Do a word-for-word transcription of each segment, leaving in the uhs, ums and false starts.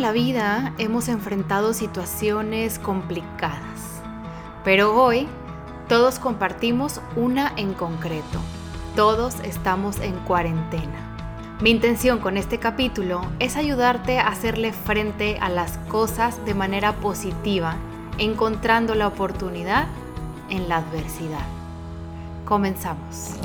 la vida hemos enfrentado situaciones complicadas, pero hoy todos compartimos una en concreto. Todos estamos en cuarentena. Mi intención con este capítulo es ayudarte a hacerle frente a las cosas de manera positiva, encontrando la oportunidad en la adversidad. Comenzamos.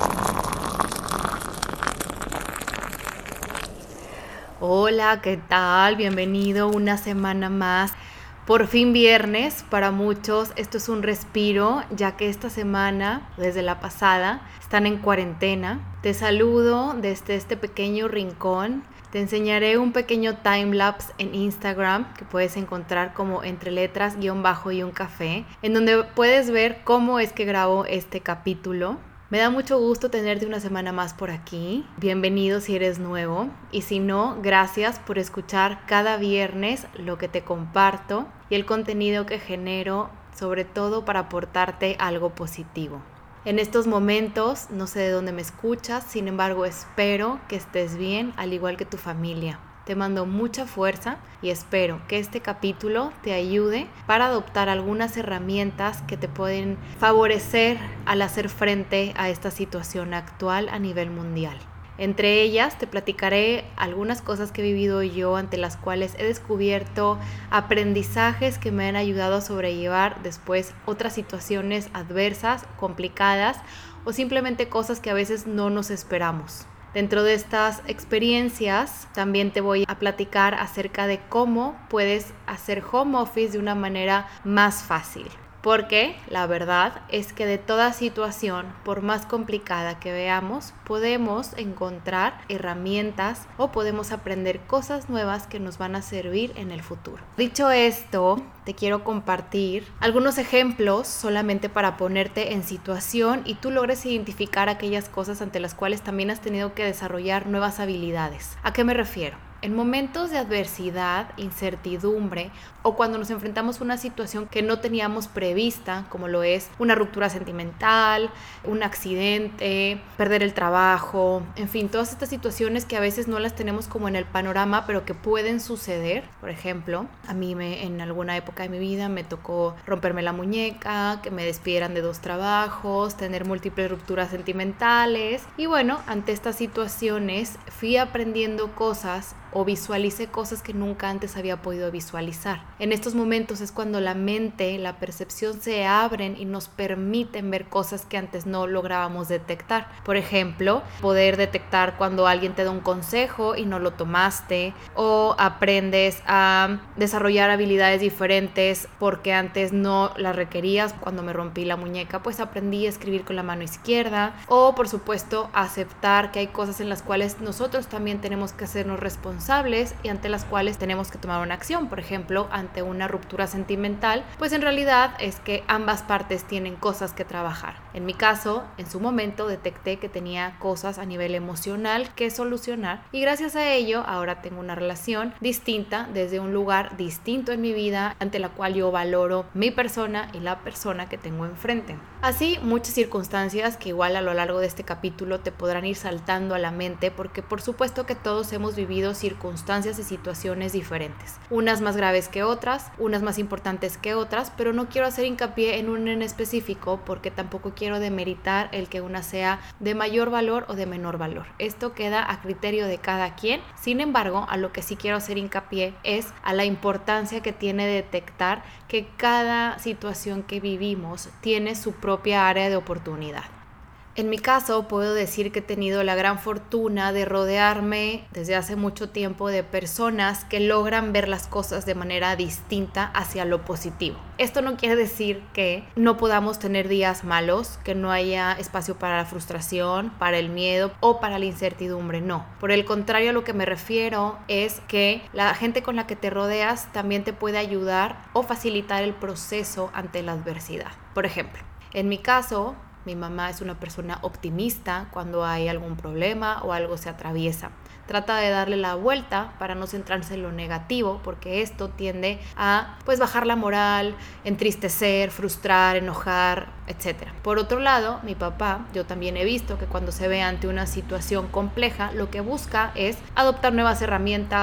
Hola, ¿qué tal? Bienvenido una semana más. Por fin viernes, para muchos esto es un respiro, ya que esta semana, desde la pasada, están en cuarentena. Te saludo desde este pequeño rincón. Te enseñaré un pequeño timelapse en Instagram que puedes encontrar como entre letras, guión bajo y un café, en donde puedes ver cómo es que grabo este capítulo. Me da mucho gusto tenerte una semana más por aquí. Bienvenido si eres nuevo. Y si no, gracias por escuchar cada viernes lo que te comparto y el contenido que genero, sobre todo para aportarte algo positivo. En estos momentos, no sé de dónde me escuchas, sin embargo espero que estés bien, al igual que tu familia. Te mando mucha fuerza y espero que este capítulo te ayude para adoptar algunas herramientas que te pueden favorecer al hacer frente a esta situación actual a nivel mundial. Entre ellas te platicaré algunas cosas que he vivido yo, ante las cuales he descubierto aprendizajes que me han ayudado a sobrellevar después otras situaciones adversas, complicadas o simplemente cosas que a veces no nos esperamos. Dentro de estas experiencias también te voy a platicar acerca de cómo puedes hacer home office de una manera más fácil. Porque la verdad es que de toda situación, por más complicada que veamos, podemos encontrar herramientas o podemos aprender cosas nuevas que nos van a servir en el futuro. Dicho esto, te quiero compartir algunos ejemplos solamente para ponerte en situación y tú logres identificar aquellas cosas ante las cuales también has tenido que desarrollar nuevas habilidades. ¿A qué me refiero? En momentos de adversidad, incertidumbre o cuando nos enfrentamos a una situación que no teníamos prevista, como lo es una ruptura sentimental, un accidente, perder el trabajo, en fin, todas estas situaciones que a veces no las tenemos como en el panorama, pero que pueden suceder. Por ejemplo, a mí me, en alguna época de mi vida me tocó romperme la muñeca, que me despidieran de dos trabajos, tener múltiples rupturas sentimentales y bueno, ante estas situaciones fui aprendiendo cosas o visualicé cosas que nunca antes había podido visualizar. En estos momentos es cuando la mente, la percepción se abren y nos permiten ver cosas que antes no lográbamos detectar. Por ejemplo, poder detectar cuando alguien te da un consejo y no lo tomaste, o aprendes a desarrollar habilidades diferentes porque antes no las requerías. Cuando me rompí la muñeca, pues aprendí a escribir con la mano izquierda, o por supuesto aceptar que hay cosas en las cuales nosotros también tenemos que hacernos responsables y ante las cuales tenemos que tomar una acción. Por ejemplo, ante una ruptura sentimental, pues en realidad es que ambas partes tienen cosas que trabajar. En mi caso, en su momento detecté que tenía cosas a nivel emocional que solucionar y gracias a ello ahora tengo una relación distinta desde un lugar distinto en mi vida, ante la cual yo valoro mi persona y la persona que tengo enfrente. Así, muchas circunstancias que igual a lo largo de este capítulo te podrán ir saltando a la mente, porque por supuesto que todos hemos vivido circunstancias y situaciones diferentes, unas más graves que otras, unas más importantes que otras, pero no quiero hacer hincapié en una en específico porque tampoco quiero demeritar el que una sea de mayor valor o de menor valor. Esto queda a criterio de cada quien. Sin embargo, a lo que sí quiero hacer hincapié es a la importancia que tiene detectar que cada situación que vivimos tiene su propia área de oportunidad. En mi caso, puedo decir que he tenido la gran fortuna de rodearme desde hace mucho tiempo de personas que logran ver las cosas de manera distinta hacia lo positivo. Esto no quiere decir que no podamos tener días malos, que no haya espacio para la frustración, para el miedo o para la incertidumbre, no. Por el contrario, a lo que me refiero es que la gente con la que te rodeas también te puede ayudar o facilitar el proceso ante la adversidad. Por ejemplo, en mi caso, mi mamá es una persona optimista cuando hay algún problema o algo se atraviesa. Trata de darle la vuelta para no centrarse en lo negativo, porque esto tiende a pues bajar la moral, entristecer, frustrar, enojar, etcétera. Por otro lado, mi papá, yo también he visto que cuando se ve ante una situación compleja, lo que busca es adoptar nuevas herramientas,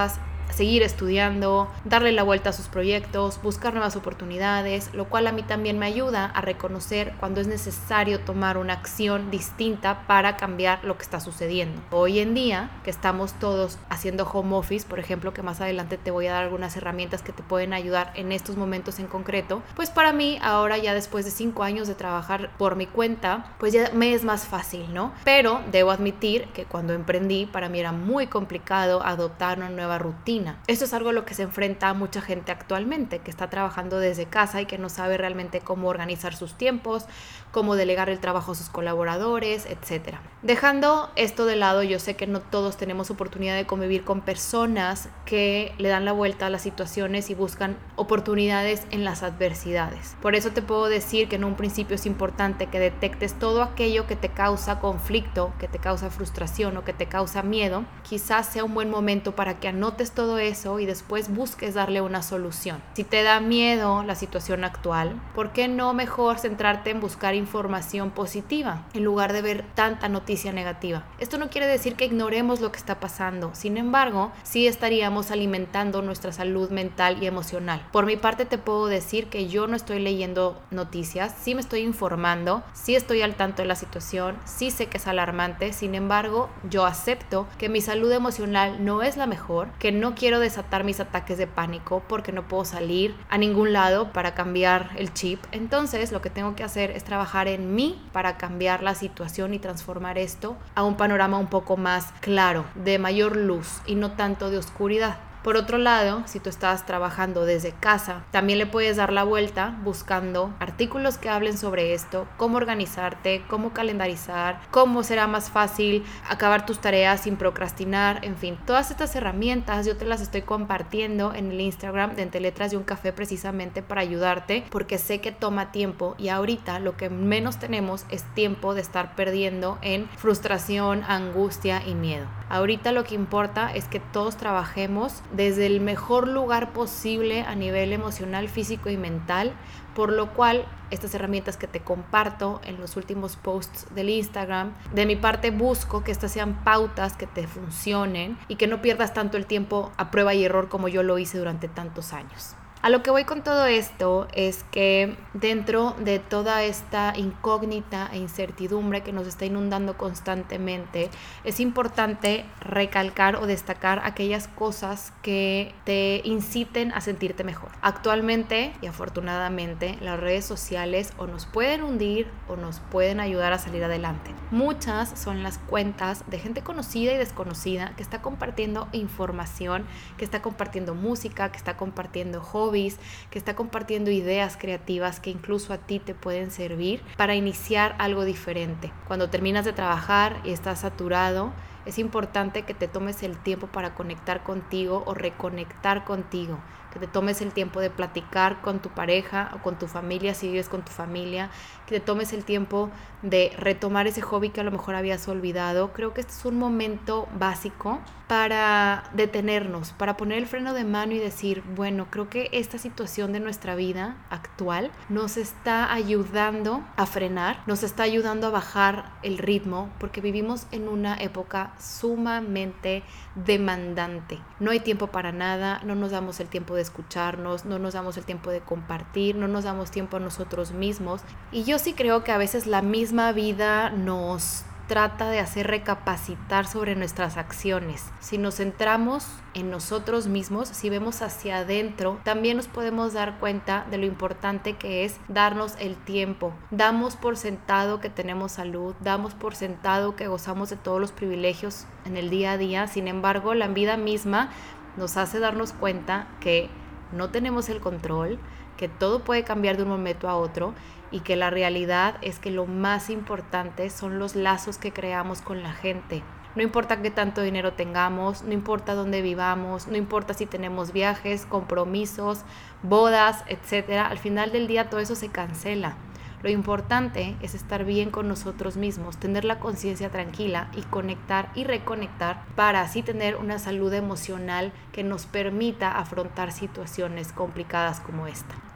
seguir estudiando, darle la vuelta a sus proyectos, buscar nuevas oportunidades, lo cual a mí también me ayuda a reconocer cuando es necesario tomar una acción distinta para cambiar lo que está sucediendo. Hoy en día, que estamos todos haciendo home office, por ejemplo, que más adelante te voy a dar algunas herramientas que te pueden ayudar en estos momentos en concreto, pues para mí ahora ya después de cinco años de trabajar por mi cuenta, pues ya me es más fácil, ¿no? Pero debo admitir que cuando emprendí, para mí era muy complicado adoptar una nueva rutina. Esto es algo a lo que se enfrenta mucha gente actualmente, que está trabajando desde casa y que no sabe realmente cómo organizar sus tiempos, cómo delegar el trabajo a sus colaboradores, etcétera. Dejando esto de lado, yo sé que no todos tenemos oportunidad de convivir con personas que le dan la vuelta a las situaciones y buscan oportunidades en las adversidades. Por eso te puedo decir que en un principio es importante que detectes todo aquello que te causa conflicto, que te causa frustración o que te causa miedo. Quizás sea un buen momento para que anotes todo eso y después busques darle una solución. Si te da miedo la situación actual, ¿por qué no mejor centrarte en buscar información positiva en lugar de ver tanta noticia negativa? Esto no quiere decir que ignoremos lo que está pasando, sin embargo, sí estaríamos alimentando nuestra salud mental y emocional. Por mi parte te puedo decir que yo no estoy leyendo noticias, sí me estoy informando, sí estoy al tanto de la situación, sí sé que es alarmante, sin embargo, yo acepto que mi salud emocional no es la mejor, que no quiero desatar mis ataques de pánico porque no puedo salir a ningún lado para cambiar el chip. Entonces, lo que tengo que hacer es trabajar en mí para cambiar la situación y transformar esto a un panorama un poco más claro, de mayor luz y no tanto de oscuridad. Por otro lado, si tú estás trabajando desde casa, también le puedes dar la vuelta buscando artículos que hablen sobre esto, cómo organizarte, cómo calendarizar, cómo será más fácil acabar tus tareas sin procrastinar, en fin, todas estas herramientas yo te las estoy compartiendo en el Instagram de Entre Letras y un Café precisamente para ayudarte, porque sé que toma tiempo y ahorita lo que menos tenemos es tiempo de estar perdiendo en frustración, angustia y miedo. Ahorita lo que importa es que todos trabajemos desde el mejor lugar posible a nivel emocional, físico y mental, por lo cual estas herramientas que te comparto en los últimos posts del Instagram, de mi parte busco que estas sean pautas que te funcionen y que no pierdas tanto el tiempo a prueba y error como yo lo hice durante tantos años. A lo que voy con todo esto es que dentro de toda esta incógnita e incertidumbre que nos está inundando constantemente, es importante recalcar o destacar aquellas cosas que te inciten a sentirte mejor. Actualmente y afortunadamente las redes sociales o nos pueden hundir o nos pueden ayudar a salir adelante. Muchas son las cuentas de gente conocida y desconocida que está compartiendo información, que está compartiendo música, que está compartiendo hobbies, que está compartiendo ideas creativas que incluso a ti te pueden servir para iniciar algo diferente. Cuando terminas de trabajar y estás saturado, es importante que te tomes el tiempo para conectar contigo o reconectar contigo, que te tomes el tiempo de platicar con tu pareja o con tu familia si vives con tu familia, que te tomes el tiempo de retomar ese hobby que a lo mejor habías olvidado. Creo que este es un momento básico para detenernos, para poner el freno de mano y decir, bueno, creo que esta situación de nuestra vida actual nos está ayudando a frenar, nos está ayudando a bajar el ritmo, porque vivimos en una época sumamente demandante. No hay tiempo para nada, no nos damos el tiempo de escucharnos, no nos damos el tiempo de compartir, no nos damos tiempo a nosotros mismos. Y yo sí creo que a veces la misma vida nos trata de hacer recapacitar sobre nuestras acciones. Si nos centramos en nosotros mismos, si vemos hacia adentro, también nos podemos dar cuenta de lo importante que es darnos el tiempo. Damos por sentado que tenemos salud, damos por sentado que gozamos de todos los privilegios en el día a día. Sin embargo, la vida misma nos hace darnos cuenta que no tenemos el control, que todo puede cambiar de un momento a otro y que la realidad es que lo más importante son los lazos que creamos con la gente. No importa qué tanto dinero tengamos, no importa dónde vivamos, no importa si tenemos viajes, compromisos, bodas, etcétera. Al final del día todo eso se cancela. Lo importante es estar bien con nosotros mismos, tener la conciencia tranquila y conectar y reconectar para así tener una salud emocional que nos permita afrontar situaciones complicadas como esta.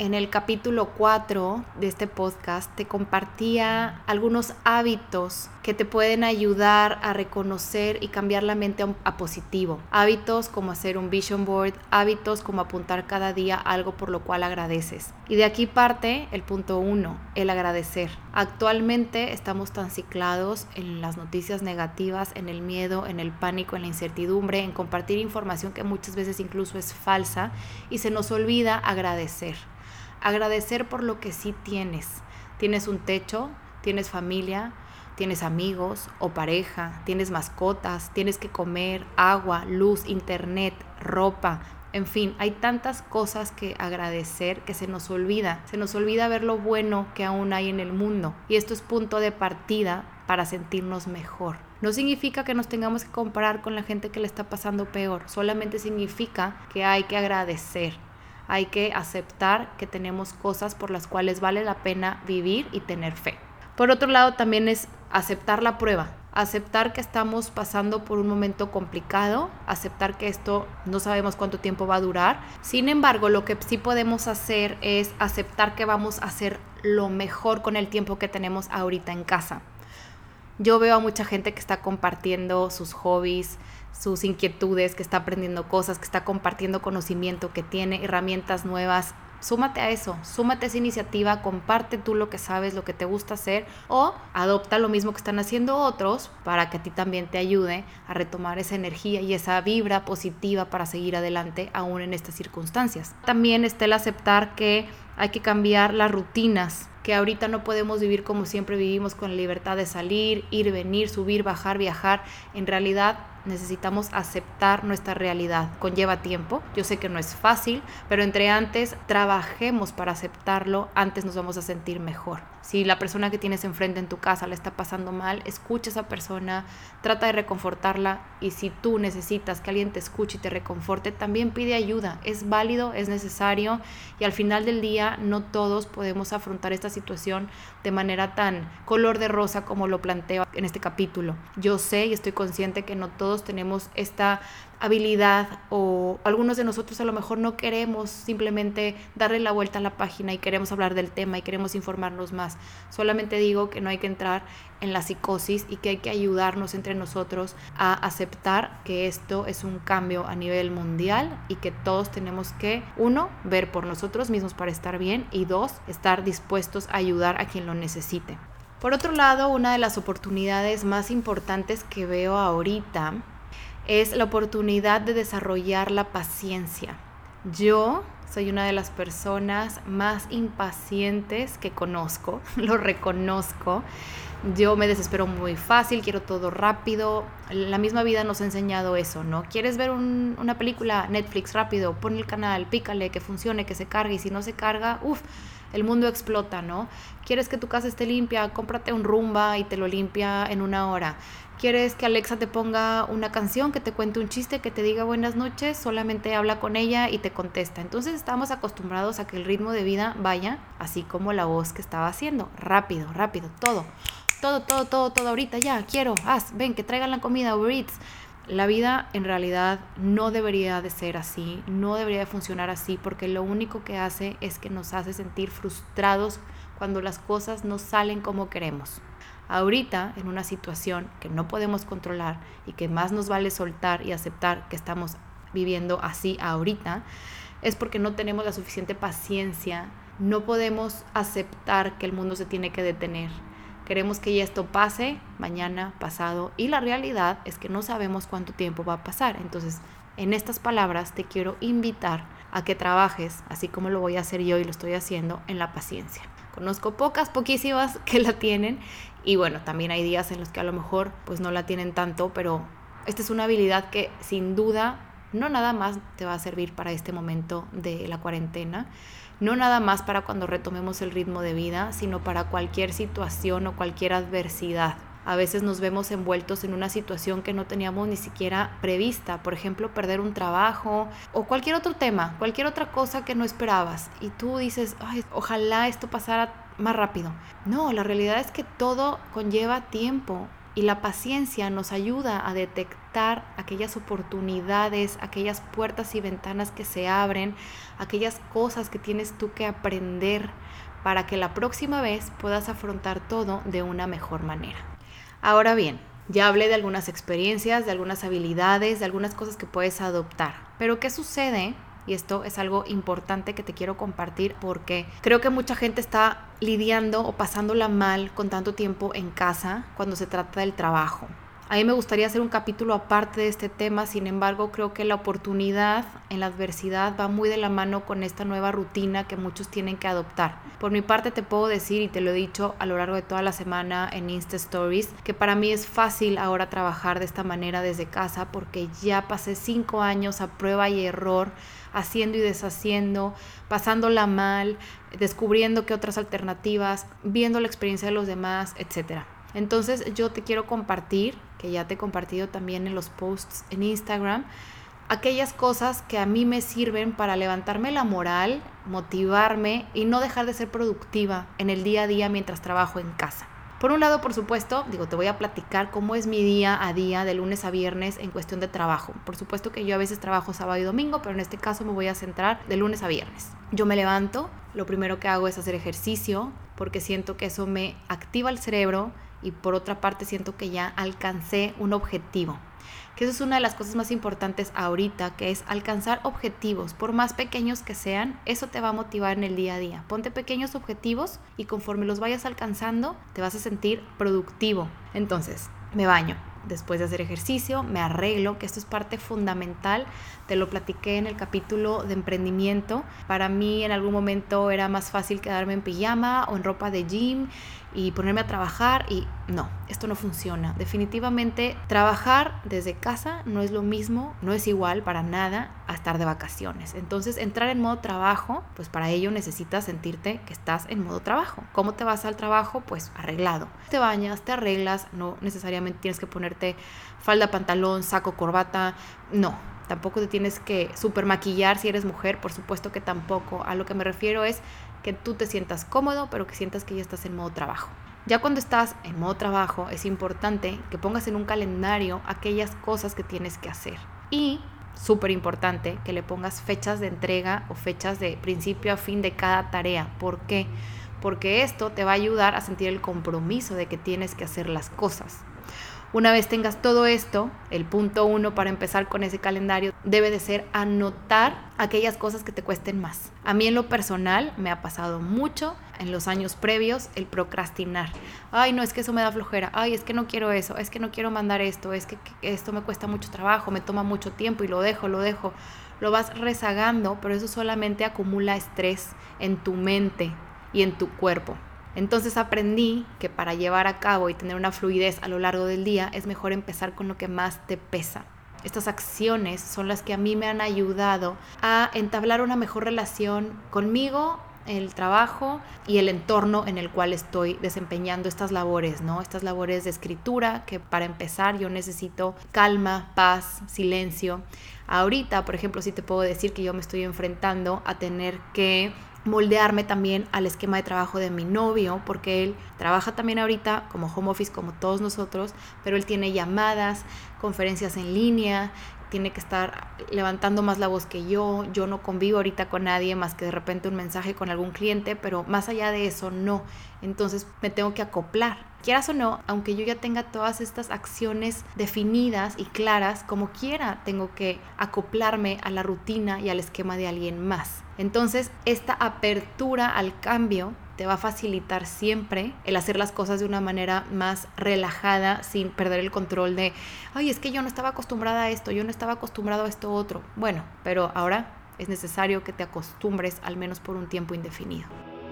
En el capítulo cuatro de este podcast te compartía algunos hábitos que te pueden ayudar a reconocer y cambiar la mente a, a positivo. Hábitos como hacer un vision board, hábitos como apuntar cada día algo por lo cual agradeces. Y de aquí parte el punto uno, el agradecer. Actualmente estamos tan ciclados en las noticias negativas, en el miedo, en el pánico, en la incertidumbre, en compartir información que muchas veces incluso es falsa y se nos olvida agradecer. Agradecer por lo que sí tienes. Tienes un techo, tienes familia, tienes amigos o pareja, tienes mascotas, tienes que comer, agua, luz, internet, ropa. En fin, hay tantas cosas que agradecer que se nos olvida. Se nos olvida ver lo bueno que aún hay en el mundo. Y esto es punto de partida para sentirnos mejor. No significa que nos tengamos que comparar con la gente que le está pasando peor. Solamente significa que hay que agradecer. Hay que aceptar que tenemos cosas por las cuales vale la pena vivir y tener fe. Por otro lado, también es aceptar la prueba. Aceptar que estamos pasando por un momento complicado, aceptar que esto no sabemos cuánto tiempo va a durar. Sin embargo, lo que sí podemos hacer es aceptar que vamos a hacer lo mejor con el tiempo que tenemos ahorita en casa. Yo veo a mucha gente que está compartiendo sus hobbies, sus inquietudes, que está aprendiendo cosas, que está compartiendo conocimiento, que tiene herramientas nuevas. Súmate a eso, súmate a esa iniciativa, comparte tú lo que sabes, lo que te gusta hacer o adopta lo mismo que están haciendo otros para que a ti también te ayude a retomar esa energía y esa vibra positiva para seguir adelante aún en estas circunstancias. También está el aceptar que hay que cambiar las rutinas, que ahorita no podemos vivir como siempre vivimos con la libertad de salir, ir, venir, subir, bajar, viajar. En realidad necesitamos aceptar nuestra realidad. Conlleva tiempo, yo sé que no es fácil, pero entre antes trabajemos para aceptarlo, antes nos vamos a sentir mejor. Si la persona que tienes enfrente en tu casa le está pasando mal, escucha a esa persona, trata de reconfortarla, y si tú necesitas que alguien te escuche y te reconforte, también pide ayuda. Es válido, es necesario, y al final del día no todos podemos afrontar esta situación de manera tan color de rosa como lo planteo en este capítulo. Yo sé y estoy consciente que no todos tenemos esta habilidad, o algunos de nosotros a lo mejor no queremos simplemente darle la vuelta a la página y queremos hablar del tema y queremos informarnos más. Solamente digo que no hay que entrar en la psicosis y que hay que ayudarnos entre nosotros a aceptar que esto es un cambio a nivel mundial y que todos tenemos que, uno, ver por nosotros mismos para estar bien, y dos, estar dispuestos a ayudar a quien lo necesite. Por otro lado, una de las oportunidades más importantes que veo ahorita es la oportunidad de desarrollar la paciencia. Yo soy una de las personas más impacientes que conozco, lo reconozco. Yo me desespero muy fácil, quiero todo rápido. La misma vida nos ha enseñado eso, ¿no? ¿Quieres ver un, una película? Netflix, rápido, pon el canal, pícale, que funcione, que se cargue, y si no se carga, uff, el mundo explota, ¿no? ¿Quieres que tu casa esté limpia? Cómprate un Roomba y te lo limpia en una hora. ¿Quieres que Alexa te ponga una canción, que te cuente un chiste, que te diga buenas noches? Solamente habla con ella y te contesta. Entonces estamos acostumbrados a que el ritmo de vida vaya así como la voz que estaba haciendo. Rápido, rápido, todo. Todo, todo, todo, todo ahorita ya, quiero, haz, ven, que traigan la comida, Uber Eats. La vida en realidad no debería de ser así, no debería de funcionar así, porque lo único que hace es que nos hace sentir frustrados cuando las cosas no salen como queremos. Ahorita, en una situación que no podemos controlar y que más nos vale soltar y aceptar que estamos viviendo así ahorita, es porque no tenemos la suficiente paciencia, no podemos aceptar que el mundo se tiene que detener. Queremos que ya esto pase mañana, pasado, y la realidad es que no sabemos cuánto tiempo va a pasar. Entonces, en estas palabras te quiero invitar a que trabajes, así como lo voy a hacer yo y lo estoy haciendo, en la paciencia. Conozco pocas, poquísimas que la tienen, y bueno, también hay días en los que a lo mejor pues no la tienen tanto, pero esta es una habilidad que sin duda no nada más te va a servir para este momento de la cuarentena, no nada más para cuando retomemos el ritmo de vida, sino para cualquier situación o cualquier adversidad. A veces nos vemos envueltos en una situación que no teníamos ni siquiera prevista, por ejemplo, perder un trabajo o cualquier otro tema, cualquier otra cosa que no esperabas, y tú dices, ay, ojalá esto pasara más rápido. No, la realidad es que todo conlleva tiempo. Y la paciencia nos ayuda a detectar aquellas oportunidades, aquellas puertas y ventanas que se abren, aquellas cosas que tienes tú que aprender para que la próxima vez puedas afrontar todo de una mejor manera. Ahora bien, ya hablé de algunas experiencias, de algunas habilidades, de algunas cosas que puedes adoptar. Pero ¿qué sucede? Y esto es algo importante que te quiero compartir porque creo que mucha gente está lidiando o pasándola mal con tanto tiempo en casa cuando se trata del trabajo. A mí me gustaría hacer un capítulo aparte de este tema, sin embargo, creo que la oportunidad en la adversidad va muy de la mano con esta nueva rutina que muchos tienen que adoptar. Por mi parte te puedo decir, y te lo he dicho a lo largo de toda la semana en Insta Stories, que para mí es fácil ahora trabajar de esta manera desde casa porque ya pasé cinco años a prueba y error, haciendo y deshaciendo, pasándola mal, descubriendo qué otras alternativas, viendo la experiencia de los demás, etcétera. Entonces yo te quiero compartir, que ya te he compartido también en los posts en Instagram, aquellas cosas que a mí me sirven para levantarme la moral, motivarme y no dejar de ser productiva en el día a día mientras trabajo en casa. Por un lado, por supuesto, digo, te voy a platicar cómo es mi día a día de lunes a viernes en cuestión de trabajo. Por supuesto que yo a veces trabajo sábado y domingo, pero en este caso me voy a centrar de lunes a viernes. Yo me levanto, lo primero que hago es hacer ejercicio, porque siento que eso me activa el cerebro y por otra parte siento que ya alcancé un objetivo. Que eso es una de las cosas más importantes ahorita, que es alcanzar objetivos, por más pequeños que sean, eso te va a motivar en el día a día. Ponte pequeños objetivos y conforme los vayas alcanzando, te vas a sentir productivo. Entonces, me baño. Después de hacer ejercicio, me arreglo, que esto es parte fundamental. Te lo platiqué en el capítulo de emprendimiento. Para mí en algún momento era más fácil quedarme en pijama o en ropa de gym y ponerme a trabajar y no, esto no funciona. Definitivamente trabajar desde casa no es lo mismo, no es igual para nada a estar de vacaciones. Entonces entrar en modo trabajo, pues para ello necesitas sentirte que estás en modo trabajo. ¿Cómo te vas al trabajo? Pues arreglado. Te bañas, te arreglas, no necesariamente tienes que ponerte falda, pantalón, saco, corbata, no. Tampoco te tienes que super maquillar si eres mujer, por supuesto que tampoco. A lo que me refiero es que tú te sientas cómodo, pero que sientas que ya estás en modo trabajo. Ya cuando estás en modo trabajo, es importante que pongas en un calendario aquellas cosas que tienes que hacer. Y, súper importante, que le pongas fechas de entrega o fechas de principio a fin de cada tarea. ¿Por qué? Porque esto te va a ayudar a sentir el compromiso de que tienes que hacer las cosas. Una vez tengas todo esto, el punto uno para empezar con ese calendario debe de ser anotar aquellas cosas que te cuesten más. A mí en lo personal me ha pasado mucho en los años previos el procrastinar. Ay, no, es que eso me da flojera. Ay, es que no quiero eso. Es que no quiero mandar esto. Es que, que esto me cuesta mucho trabajo, me toma mucho tiempo y lo dejo, lo dejo. Lo vas rezagando, pero eso solamente acumula estrés en tu mente y en tu cuerpo. Entonces aprendí que para llevar a cabo y tener una fluidez a lo largo del día es mejor empezar con lo que más te pesa. Estas acciones son las que a mí me han ayudado a entablar una mejor relación conmigo, el trabajo y el entorno en el cual estoy desempeñando estas labores, ¿no? Estas labores de escritura que para empezar yo necesito calma, paz, silencio. Ahorita, por ejemplo, sí te puedo decir que yo me estoy enfrentando a tener que moldearme también al esquema de trabajo de mi novio, porque él trabaja también ahorita como home office como todos nosotros, pero él tiene llamadas, conferencias en línea, tiene que estar levantando más la voz que yo, yo no convivo ahorita con nadie más que de repente un mensaje con algún cliente, pero más allá de eso no, entonces me tengo que acoplar. Quieras o no, aunque yo ya tenga todas estas acciones definidas y claras, como quiera tengo que acoplarme a la rutina y al esquema de alguien más. Entonces, esta apertura al cambio te va a facilitar siempre el hacer las cosas de una manera más relajada, sin perder el control de, ay, es que yo no estaba acostumbrada a esto, yo no estaba acostumbrado a esto otro. Bueno, pero ahora es necesario que te acostumbres al menos por un tiempo indefinido.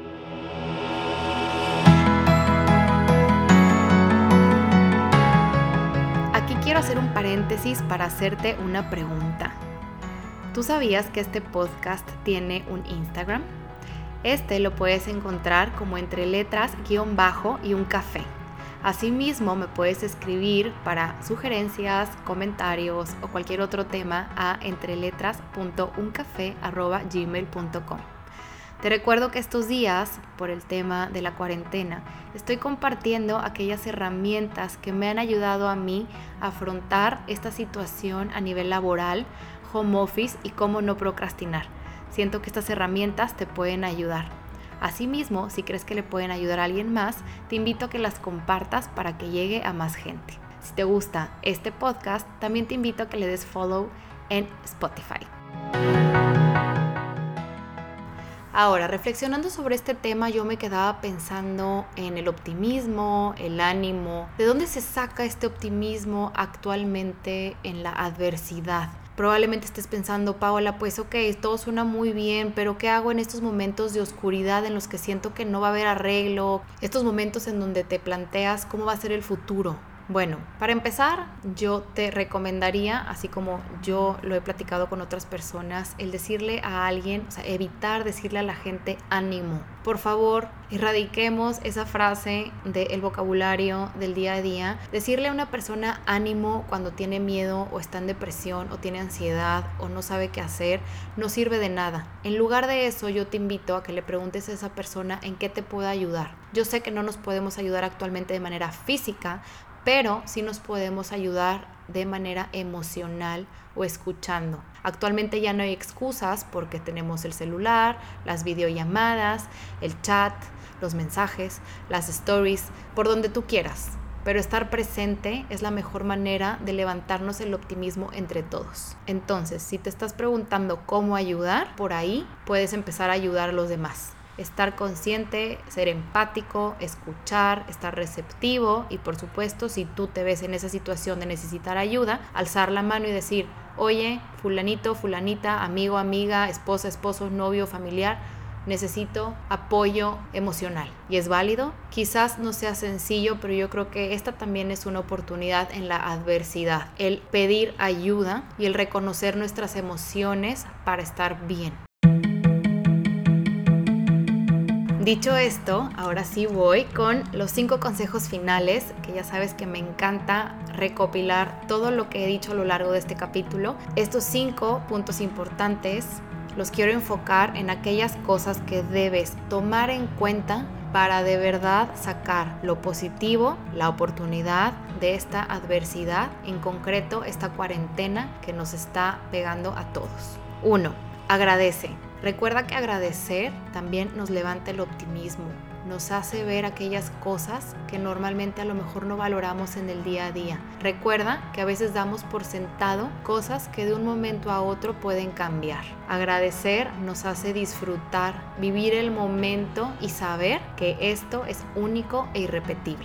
Aquí quiero hacer un paréntesis para hacerte una pregunta. ¿Tú sabías que este podcast tiene un Instagram? Este lo puedes encontrar como entre letras, guión bajo y un café. Asimismo, me puedes escribir para sugerencias, comentarios o cualquier otro tema a entreletras punto uncafé arroba gmail punto com. Te recuerdo que estos días, por el tema de la cuarentena, estoy compartiendo aquellas herramientas que me han ayudado a mí a afrontar esta situación a nivel laboral, home office y cómo no procrastinar. Siento que estas herramientas te pueden ayudar. Asimismo, si crees que le pueden ayudar a alguien más, te invito a que las compartas para que llegue a más gente. Si te gusta este podcast, también te invito a que le des follow en Spotify. Ahora, reflexionando sobre este tema, yo me quedaba pensando en el optimismo, el ánimo. ¿De dónde se saca este optimismo actualmente en la adversidad? Probablemente estés pensando, Paola, pues ok, todo suena muy bien, pero ¿qué hago en estos momentos de oscuridad en los que siento que no va a haber arreglo? Estos momentos en donde te planteas cómo va a ser el futuro. Bueno, para empezar, yo te recomendaría, así como yo lo he platicado con otras personas, el decirle a alguien, o sea, evitar decirle a la gente ánimo. Por favor, erradiquemos esa frase del vocabulario del día a día. Decirle a una persona ánimo cuando tiene miedo o está en depresión o tiene ansiedad o no sabe qué hacer, no sirve de nada. En lugar de eso, yo te invito a que le preguntes a esa persona en qué te puede ayudar. Yo sé que no nos podemos ayudar actualmente de manera física, pero sí nos podemos ayudar de manera emocional o escuchando. Actualmente ya no hay excusas porque tenemos el celular, las videollamadas, el chat, los mensajes, las stories, por donde tú quieras. Pero estar presente es la mejor manera de levantarnos el optimismo entre todos. Entonces, si te estás preguntando cómo ayudar, por ahí puedes empezar a ayudar a los demás. Estar consciente, ser empático, escuchar, estar receptivo y por supuesto si tú te ves en esa situación de necesitar ayuda, alzar la mano y decir, oye, fulanito, fulanita, amigo, amiga, esposa, esposo, novio, familiar, necesito apoyo emocional. ¿Y es válido? Quizás no sea sencillo, pero yo creo que esta también es una oportunidad en la adversidad, el pedir ayuda y el reconocer nuestras emociones para estar bien. Dicho esto, ahora sí voy con los cinco consejos finales, que ya sabes que me encanta recopilar todo lo que he dicho a lo largo de este capítulo. Estos cinco puntos importantes los quiero enfocar en aquellas cosas que debes tomar en cuenta para de verdad sacar lo positivo, la oportunidad de esta adversidad, en concreto esta cuarentena que nos está pegando a todos. Uno, agradece. Recuerda que agradecer también nos levanta el optimismo, nos hace ver aquellas cosas que normalmente a lo mejor no valoramos en el día a día. Recuerda que a veces damos por sentado cosas que de un momento a otro pueden cambiar. Agradecer nos hace disfrutar, vivir el momento y saber que esto es único e irrepetible.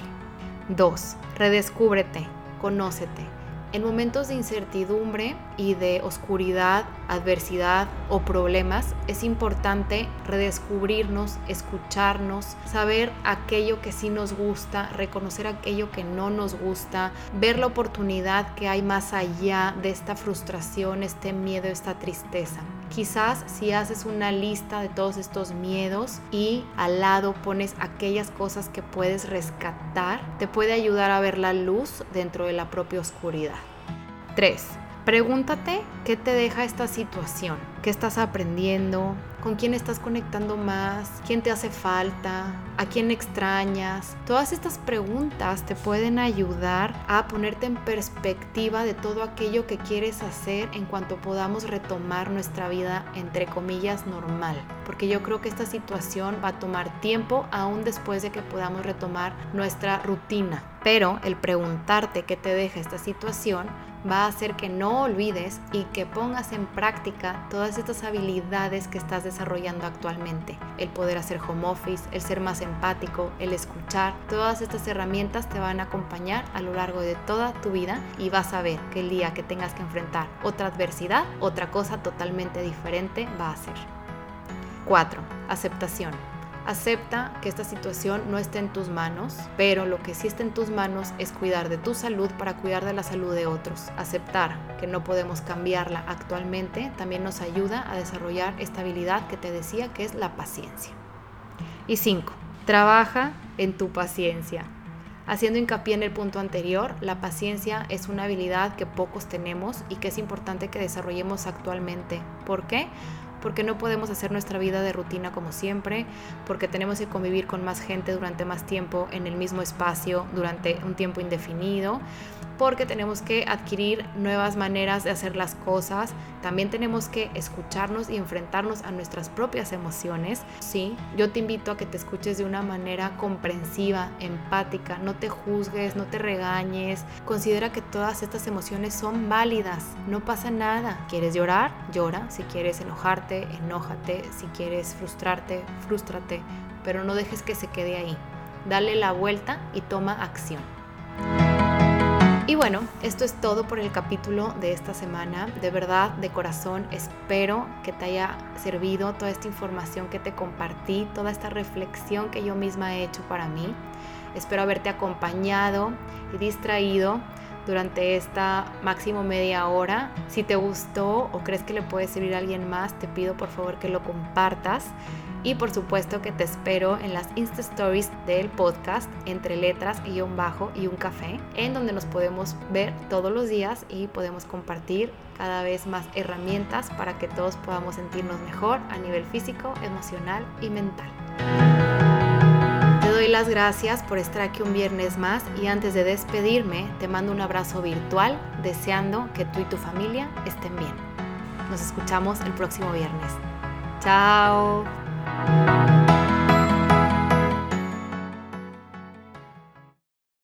Dos, redescúbrete, conócete. En momentos de incertidumbre y de oscuridad, adversidad o problemas, es importante redescubrirnos, escucharnos, saber aquello que sí nos gusta, reconocer aquello que no nos gusta, ver la oportunidad que hay más allá de esta frustración, este miedo, esta tristeza. Quizás si haces una lista de todos estos miedos y al lado pones aquellas cosas que puedes rescatar, te puede ayudar a ver la luz dentro de la propia oscuridad. tres. Pregúntate qué te deja esta situación, qué estás aprendiendo, con quién estás conectando más, quién te hace falta, a quién extrañas. Todas estas preguntas te pueden ayudar a ponerte en perspectiva de todo aquello que quieres hacer en cuanto podamos retomar nuestra vida, entre comillas, normal. Porque yo creo que esta situación va a tomar tiempo aún después de que podamos retomar nuestra rutina. Pero el preguntarte qué te deja esta situación va a hacer que no olvides y que pongas en práctica todas estas habilidades que estás desarrollando actualmente. El poder hacer home office, el ser más empático, el escuchar. Todas estas herramientas te van a acompañar a lo largo de toda tu vida y vas a ver que el día que tengas que enfrentar otra adversidad, otra cosa totalmente diferente va a ser. cuatro. Aceptación. Acepta que esta situación no está en tus manos, pero lo que sí está en tus manos es cuidar de tu salud para cuidar de la salud de otros. Aceptar que no podemos cambiarla actualmente también nos ayuda a desarrollar esta habilidad que te decía que es la paciencia. Y cinco. Trabaja en tu paciencia. Haciendo hincapié en el punto anterior, la paciencia es una habilidad que pocos tenemos y que es importante que desarrollemos actualmente. ¿Por qué? porque no podemos hacer nuestra vida de rutina como siempre, porque tenemos que convivir con más gente durante más tiempo en el mismo espacio durante un tiempo indefinido, porque tenemos que adquirir nuevas maneras de hacer las cosas. También tenemos que escucharnos y enfrentarnos a nuestras propias emociones. Sí, yo te invito a que te escuches de una manera comprensiva, empática, no te juzgues, no te regañes. Considera que todas estas emociones son válidas, no pasa nada. ¿Quieres llorar? Llora. Si quieres enojarte, enójate. Si quieres frustrarte, frústrate, pero no dejes que se quede ahí. Dale la vuelta y toma acción. Y bueno, esto es todo por el capítulo de esta semana. De verdad, de corazón, espero que te haya servido toda esta información que te compartí, toda esta reflexión que yo misma he hecho para mí. Espero haberte acompañado y distraído durante esta máximo media hora. Si te gustó o crees que le puede servir a alguien más, te pido por favor que lo compartas. Y por supuesto que te espero en las Insta Stories del podcast Entre Letras, guión bajo y un café, en donde nos podemos ver todos los días y podemos compartir cada vez más herramientas para que todos podamos sentirnos mejor a nivel físico, emocional y mental. Te doy las gracias por estar aquí un viernes más y antes de despedirme te mando un abrazo virtual deseando que tú y tu familia estén bien. Nos escuchamos el próximo viernes. ¡Chao!